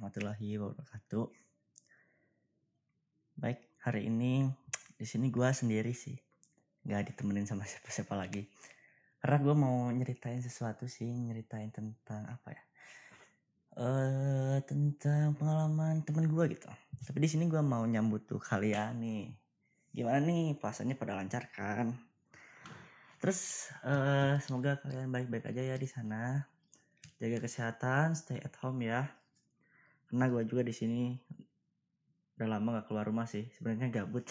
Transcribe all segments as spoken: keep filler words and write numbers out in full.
warahmatullahi wabarakatuh. Baik, hari ini di sini gue sendiri sih, nggak ditemenin sama siapa-siapa lagi. Karena gue mau nyeritain sesuatu sih, nyeritain tentang apa ya? Eh tentang pengalaman temen gue gitu. Tapi di sini gue mau nyambut tuh kalian nih. Gimana nih puasanya pada lancar kan? Terus eh semoga kalian baik-baik aja ya di sana. Jaga kesehatan, stay at home ya. Karena gue juga di sini udah lama gak keluar rumah sih, sebenarnya gabut.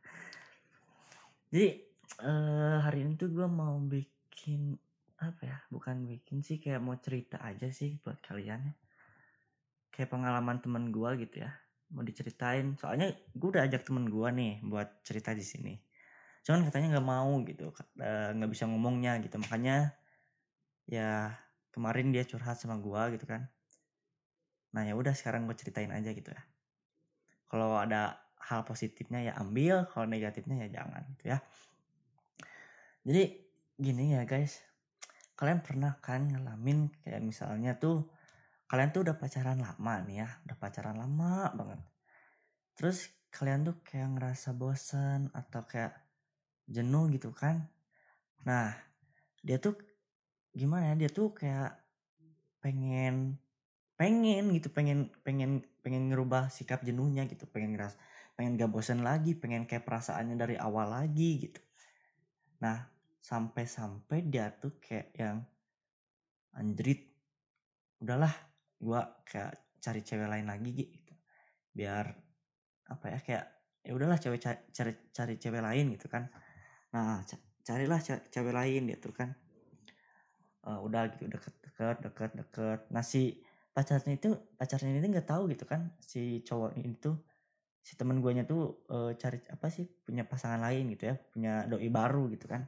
Jadi uh, hari ini tuh gue mau bikin apa ya, bukan bikin sih, kayak mau cerita aja sih buat kalian ya. Kayak pengalaman temen gue gitu ya, mau diceritain. Soalnya gue udah ajak temen gue nih buat cerita di sini, cuman katanya nggak mau gitu, nggak uh, bisa ngomongnya gitu. Makanya ya kemarin dia curhat sama gue gitu kan. Nah ya udah, sekarang gue ceritain aja gitu ya. Kalau ada hal positifnya ya ambil, kalau negatifnya ya jangan gitu ya. Jadi gini ya guys, kalian pernah kan ngalamin kayak misalnya tuh kalian tuh udah pacaran lama nih ya, udah pacaran lama banget. Terus kalian tuh kayak ngerasa bosan atau kayak jenuh gitu kan. Nah dia tuh gimana ya, dia tuh kayak pengen pengen gitu, pengen pengen pengen ngerubah sikap jenuhnya gitu, pengen ngeras pengen gak bosan lagi, pengen kayak perasaannya dari awal lagi gitu. Nah sampai-sampai dia tuh kayak yang anjrit, udahlah gua kayak cari cewek lain lagi gitu, biar apa ya, kayak ya udahlah cewek cari cari cewek lain gitu kan. Nah carilah cewek lain dia tuh kan. Uh, udah gitu, deket deket deket deket nah si pacarnya itu pacarnya ini nggak tahu gitu kan, si cowok ini tuh, si temen guanya tuh uh, cari apa sih, punya pasangan lain gitu ya, punya doi baru gitu kan.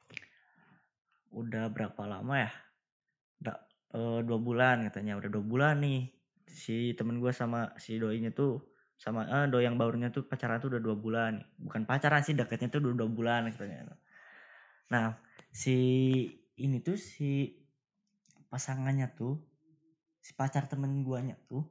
Udah berapa lama ya, udah uh, dua bulan katanya, udah dua bulan nih si temen gue sama si doinya tuh, sama eh, doi yang barunya tuh pacaran tuh udah dua bulan. Bukan pacaran sih, deketnya tuh udah dua bulan katanya. Nah si ini tuh, si pasangannya tuh, si pacar temen guanya tuh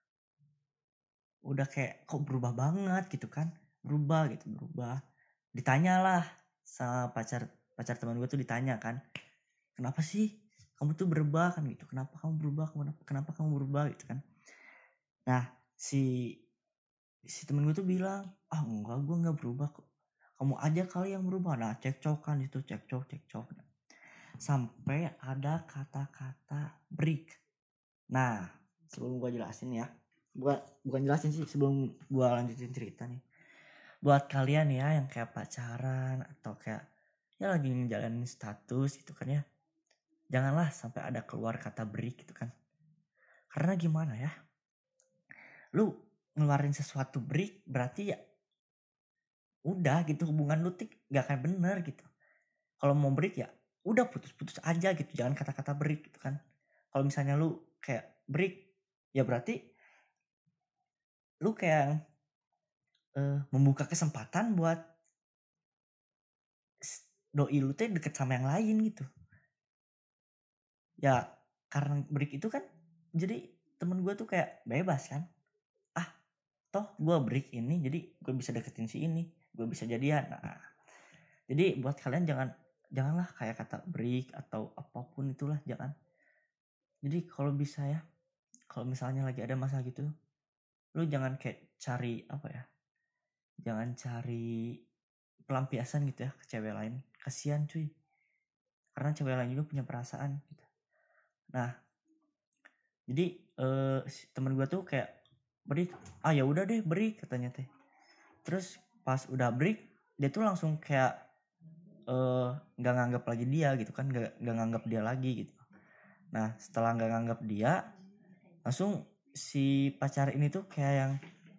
udah kayak kok berubah banget gitu kan, berubah gitu, berubah. Ditanyalah sama pacar pacar teman gue tuh, ditanya kan, kenapa sih kamu tuh berubah kan gitu, kenapa kamu berubah, kenapa kenapa kamu berubah gitu kan. Nah si si temen gue tuh bilang, ah enggak, gue nggak berubah kok, kamu aja kali yang berubah. Nah cekcok kan itu, cekcok cekcok sampai ada kata-kata break. Nah sebelum gue jelasin ya, bukan bukan jelasin sih, sebelum gue lanjutin cerita nih, buat kalian ya yang kayak pacaran atau kayak ya lagi ngejalanin status gitu kan ya, janganlah sampai ada keluar kata break gitu kan. Karena gimana ya, lu ngeluarin sesuatu break berarti ya udah gitu, hubungan lu tuh gak akan bener gitu. Kalau mau break ya udah putus-putus aja gitu, jangan kata-kata break gitu kan. Kalau misalnya lu kayak break ya berarti lu kayak uh, membuka kesempatan buat doi lu tuh deket sama yang lain gitu. Ya karena break itu kan jadi temen gue tuh kayak bebas kan, ah toh gue break ini jadi gue bisa deketin si ini, gue bisa jadian. Nah jadi buat kalian jangan janganlah kayak kata break atau apapun itulah, jangan. Jadi kalau bisa ya, kalau misalnya lagi ada masalah gitu, lu jangan kayak cari apa ya, jangan cari pelampiasan gitu ya ke cewek lain, kasihan cuy, karena cewek lain juga punya perasaan gitu. Nah jadi eh, temen gue tuh kayak break, ah ya udah deh break katanya teh. Terus pas udah break dia tuh langsung kayak nggak uh, nganggap lagi dia gitu kan, nggak nggak nganggap dia lagi gitu. Nah setelah nggak nganggap dia, langsung si pacar ini tuh kayak yang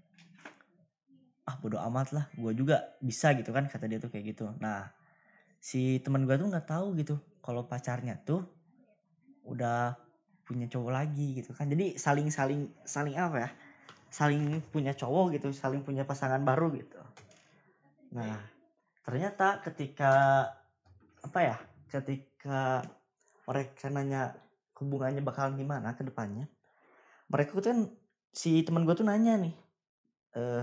ah bodo amat lah, gue juga bisa gitu kan, kata dia tuh kayak gitu. Nah si teman gue tuh nggak tahu gitu kalau pacarnya tuh udah punya cowok lagi gitu kan. Jadi saling saling saling apa ya, saling punya cowok gitu, saling punya pasangan baru gitu. Nah ternyata ketika apa ya, ketika mereka nanya hubungannya bakal gimana ke depannya, mereka tuh kan si teman gue tuh nanya nih, eh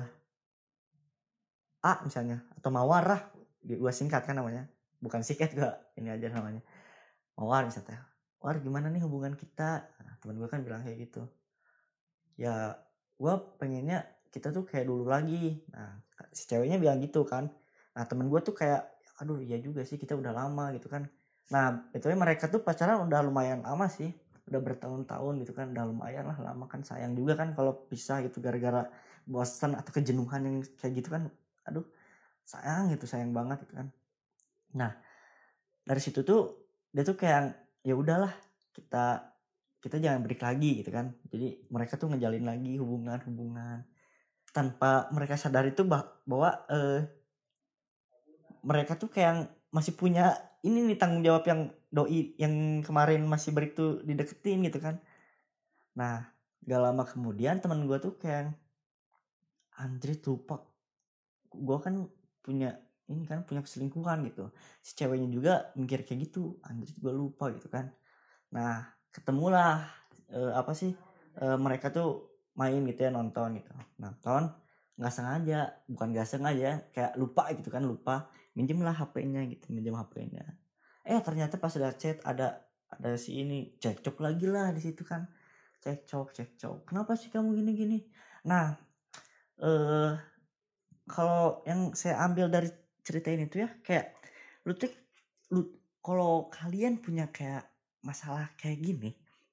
A misalnya atau Mawar lah, gue singkat kan namanya, bukan singkat gue ini aja namanya Mawar misalnya. War gimana nih hubungan kita? Nah, teman gue kan bilang kayak gitu. Ya gue pengennya kita tuh kayak dulu lagi. Nah si ceweknya bilang gitu kan. Nah temen gue tuh kayak aduh iya juga sih kita udah lama gitu kan. Nah betulnya mereka tuh pacaran udah lumayan lama sih, udah bertahun-tahun gitu kan, udah lumayan lah lama kan. Sayang juga kan kalau pisah gitu gara-gara bosan atau kejenuhan yang kayak gitu kan. Aduh sayang gitu, sayang banget gitu kan. Nah dari situ tuh dia tuh kayak ya udahlah kita kita jangan break lagi gitu kan. Jadi mereka tuh ngejalin lagi hubungan-hubungan tanpa mereka sadar itu bah- bahwa eh, mereka tuh kayak masih punya ini nih tanggung jawab yang doi yang kemarin masih break tuh dideketin gitu kan. Nah gak lama kemudian teman gue tuh kayak Andre lupa gue kan punya ini kan punya keselingkuhan gitu. Si ceweknya juga mikir kayak gitu, Andre gue lupa gitu kan. Nah ketemulah eh, apa sih eh, mereka tuh main gitu ya, nonton gitu nonton nggak sengaja, bukan nggak sengaja kayak lupa gitu kan, lupa minjem lah H P-nya gitu, minjem H P-nya. Eh ternyata pas ada chat ada ada si ini cekcok lagi lah di situ kan, cekcok cekcok kenapa sih kamu gini gini. Nah eh kalau yang saya ambil dari cerita ini tuh ya kayak lu tuh lu kalau kalian punya kayak masalah kayak gini,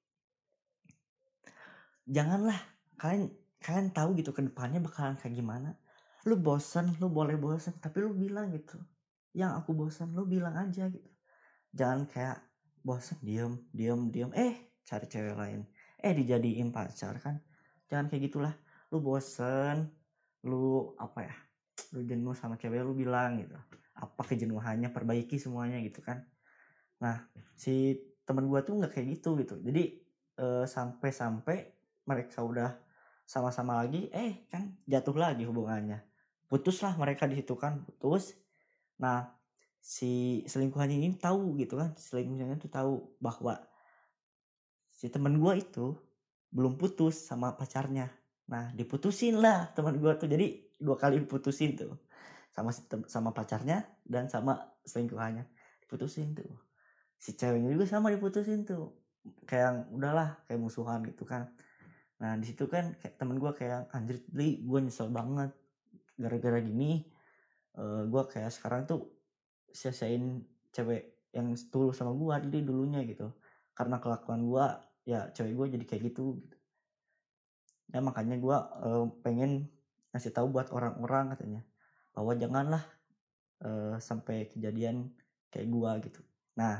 janganlah kalian kalian tahu gitu ke depannya bakalan kayak gimana. Lu bosan, lu boleh bosan, tapi lu bilang gitu. Yang aku bosan, lu bilang aja gitu. Jangan kayak bosan diem, diem, diem, eh cari cewek lain. Eh dijadiin pacar kan. Jangan kayak gitulah. Lu bosan, lu apa ya? Lu jenuh sama cewek lu bilang gitu. Apa kejenuhannya, perbaiki semuanya gitu kan. Nah, si teman gua tuh nggak kayak gitu gitu. Jadi eh, sampai-sampai mereka udah sama-sama lagi, eh kan jatuh lagi hubungannya. Putuslah mereka di situ kan, putus. Nah, si selingkuhannya ini tahu gitu kan, selingkuhannya tuh tahu bahwa si teman gua itu belum putus sama pacarnya. Nah, diputusin lah teman gua tuh. Jadi dua kali diputusin tuh. Sama sama pacarnya dan sama selingkuhannya. Diputusin tuh. Si ceweknya juga sama diputusin tuh. Kayak udahlah kayak musuhan gitu kan. Nah di situ kan kayak temen gue kayak anjir li gue nyesel banget gara-gara gini. uh, gue kayak sekarang tuh sia-siain cewek yang tulus sama gue jadi dulunya gitu, karena kelakuan gue ya cewek gue jadi kayak gitu gitu. Ya makanya gue uh, pengen ngasih tahu buat orang-orang katanya bahwa janganlah uh, sampai kejadian kayak gue gitu. Nah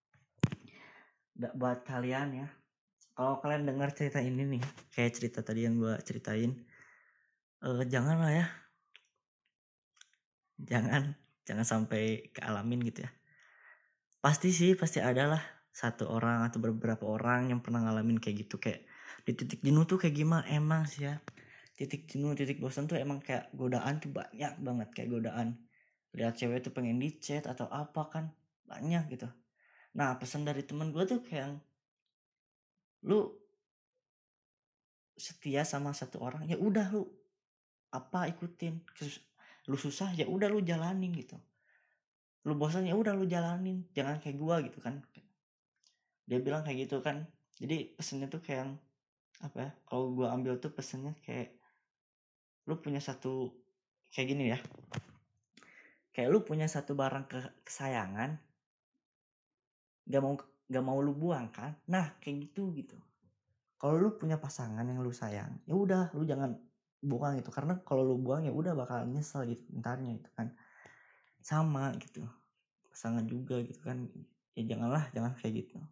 buat kalian ya, kalau kalian dengar cerita ini nih kayak cerita tadi yang gue ceritain, uh, janganlah ya, jangan jangan sampai kealamin gitu ya. Pasti sih pasti ada lah satu orang atau beberapa orang yang pernah ngalamin kayak gitu, kayak di titik jenuh tuh kayak gimana emang sih ya. Titik jenuh, titik bosan tuh emang kayak godaan tuh banyak banget, kayak godaan lihat cewek tuh pengen di chat atau apa kan banyak gitu. Nah pesan dari teman gue tuh kayak lu setia sama satu orang ya udah lu apa ikutin, lu susah ya udah lu jalanin gitu, lu bosan ya udah lu jalanin, jangan kayak gua gitu kan. Dia bilang kayak gitu kan. Jadi pesannya tuh kayak apa ya, kalau gua ambil tuh pesannya kayak lu punya satu kayak gini ya, kayak lu punya satu barang ke kesayangan gak mau gak mau lu buang kan. Nah kayak gitu gitu, kalau lu punya pasangan yang lu sayang ya udah lu jangan buang gitu, karena kalau lu buang ya udah bakal nyesel gitu entarnya gitu kan. Sama gitu pasangan juga gitu kan, ya janganlah jangan kayak gitu.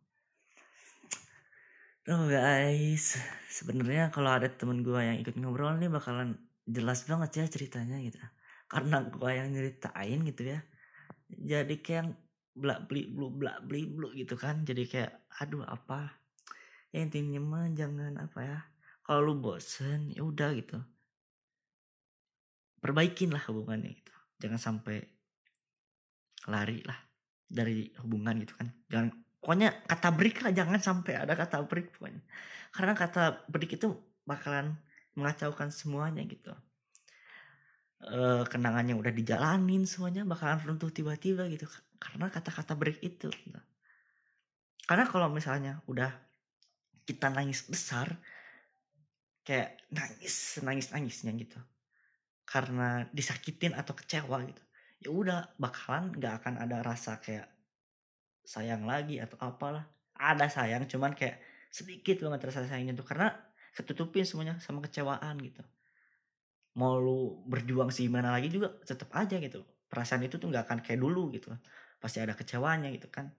Oh guys, sebenarnya kalau ada temen gue yang ikut ngobrol nih bakalan jelas banget ya ceritanya gitu. Karena gue yang nyeritain gitu ya, jadi kayak blak beli blu blak beli blu gitu kan. Jadi kayak aduh apa? Ya intinya mah jangan apa ya. Kalau lu bosen ya udah gitu, perbaikin lah hubungannya gitu. Jangan sampai lari lah dari hubungan gitu kan. Jangan, pokoknya kata break lah jangan sampai ada kata break pokoknya. Karena kata break itu bakalan mengacaukan semuanya gitu. E, kenangannya udah dijalanin semuanya bakalan runtuh tiba-tiba gitu karena kata-kata break itu gitu. Karena kalau misalnya udah kita nangis besar, kayak nangis nangis nangisnya gitu karena disakitin atau kecewa gitu, ya udah bakalan nggak akan ada rasa kayak sayang lagi atau apalah. Ada sayang cuman kayak sedikit banget rasa sayangnya tuh karena ketutupin semuanya sama kecewaan gitu. Mau lu berjuang segimana lagi juga tetap aja gitu perasaan itu tuh nggak akan kayak dulu gitu, pasti ada kecewanya gitu kan.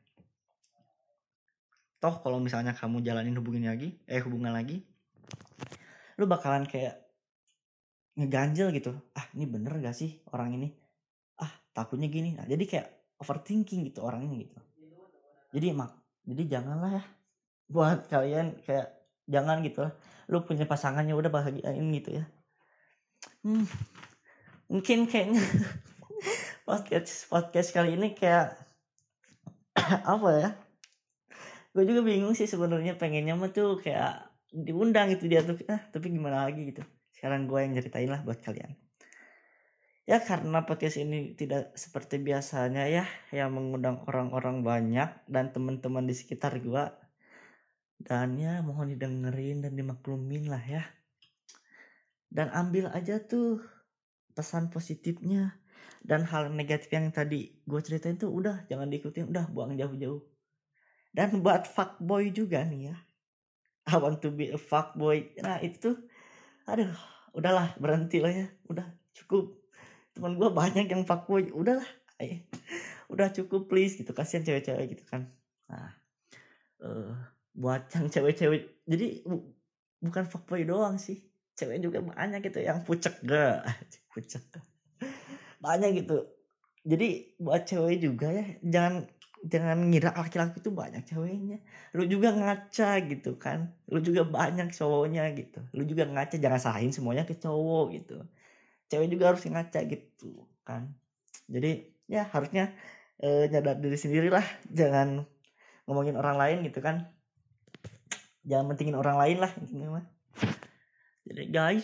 Toh kalau misalnya kamu jalanin hubungan lagi eh hubungan lagi lu bakalan kayak ngeganjel gitu, ah ini bener gak sih orang ini, ah takutnya gini. Nah, jadi kayak overthinking gitu orangnya gitu. Jadi mak jadi janganlah ya buat kalian kayak jangan gitu lah. Lu punya pasangannya udah bahagiain gitu ya. Hmm, mungkin kayaknya podcast podcast kali ini kayak apa ya? Gue juga bingung sih sebenarnya, pengennya mah tuh kayak diundang gitu dia tuh, ah, tapi gimana lagi gitu. Sekarang gue yang ceritain lah buat kalian. Ya karena podcast ini tidak seperti biasanya ya, yang mengundang orang-orang banyak dan teman-teman di sekitar gue. Dan ya mohon didengerin dan dimaklumin lah ya. Dan ambil aja tuh pesan positifnya. Dan hal negatif yang tadi gue ceritain tuh udah jangan diikutin, udah buang jauh-jauh. Dan buat fuckboy juga nih ya, I want to be a fuckboy, nah itu aduh udahlah berhenti lah ya, udah cukup. Teman gue banyak yang fuckboy, udahlah ayo, udah cukup please gitu, kasihan cewek-cewek gitu kan. Nah uh, buat yang cewek-cewek, jadi bu- bukan fuckboy doang sih, cewek juga banyak gitu yang pucek gak pucek banyak gitu. Jadi buat cewek juga ya, jangan jangan ngira laki-laki itu banyak ceweknya. Lu juga ngaca gitu kan, lu juga banyak cowoknya gitu, lu juga ngaca, jangan salahin semuanya ke cowok gitu. Cewek juga harus ngaca gitu kan. Jadi ya harusnya eh, nyadar diri sendiri lah, jangan ngomongin orang lain gitu kan, jangan mentingin orang lain lah intinya mah. Jadi guys,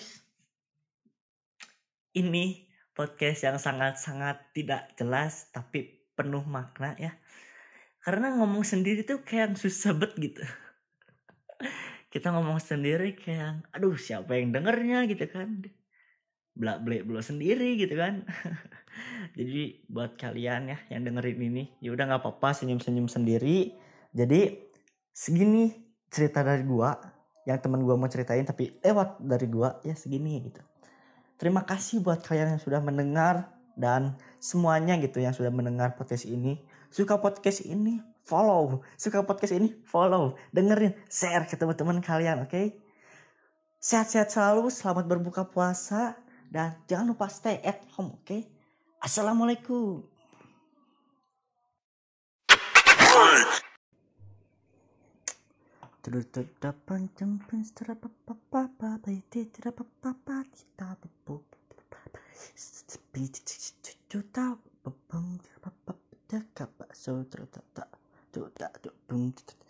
ini podcast yang sangat-sangat tidak jelas tapi penuh makna ya. Karena ngomong sendiri tuh kayak susah banget gitu. Kita ngomong sendiri kayak aduh siapa yang dengernya gitu kan. Blak blek blok sendiri gitu kan. Jadi buat kalian ya yang dengerin ini, ya udah enggak apa-apa senyum-senyum sendiri. Jadi segini cerita dari gua yang teman gua mau ceritain tapi lewat dari gua ya segini gitu. Terima kasih buat kalian yang sudah mendengar dan semuanya gitu yang sudah mendengar podcast ini. Suka podcast ini, follow. Suka podcast ini, follow. Dengerin, share ke teman-teman kalian, oke? Okay? Sehat-sehat selalu, selamat berbuka puasa. Dan jangan lupa stay at home, oke? Okay? Assalamualaikum. Terdapat jemput setelah papa papa itu terdapat papa kita bubuk sepi juta bebam papa dekat bakso terdapat juta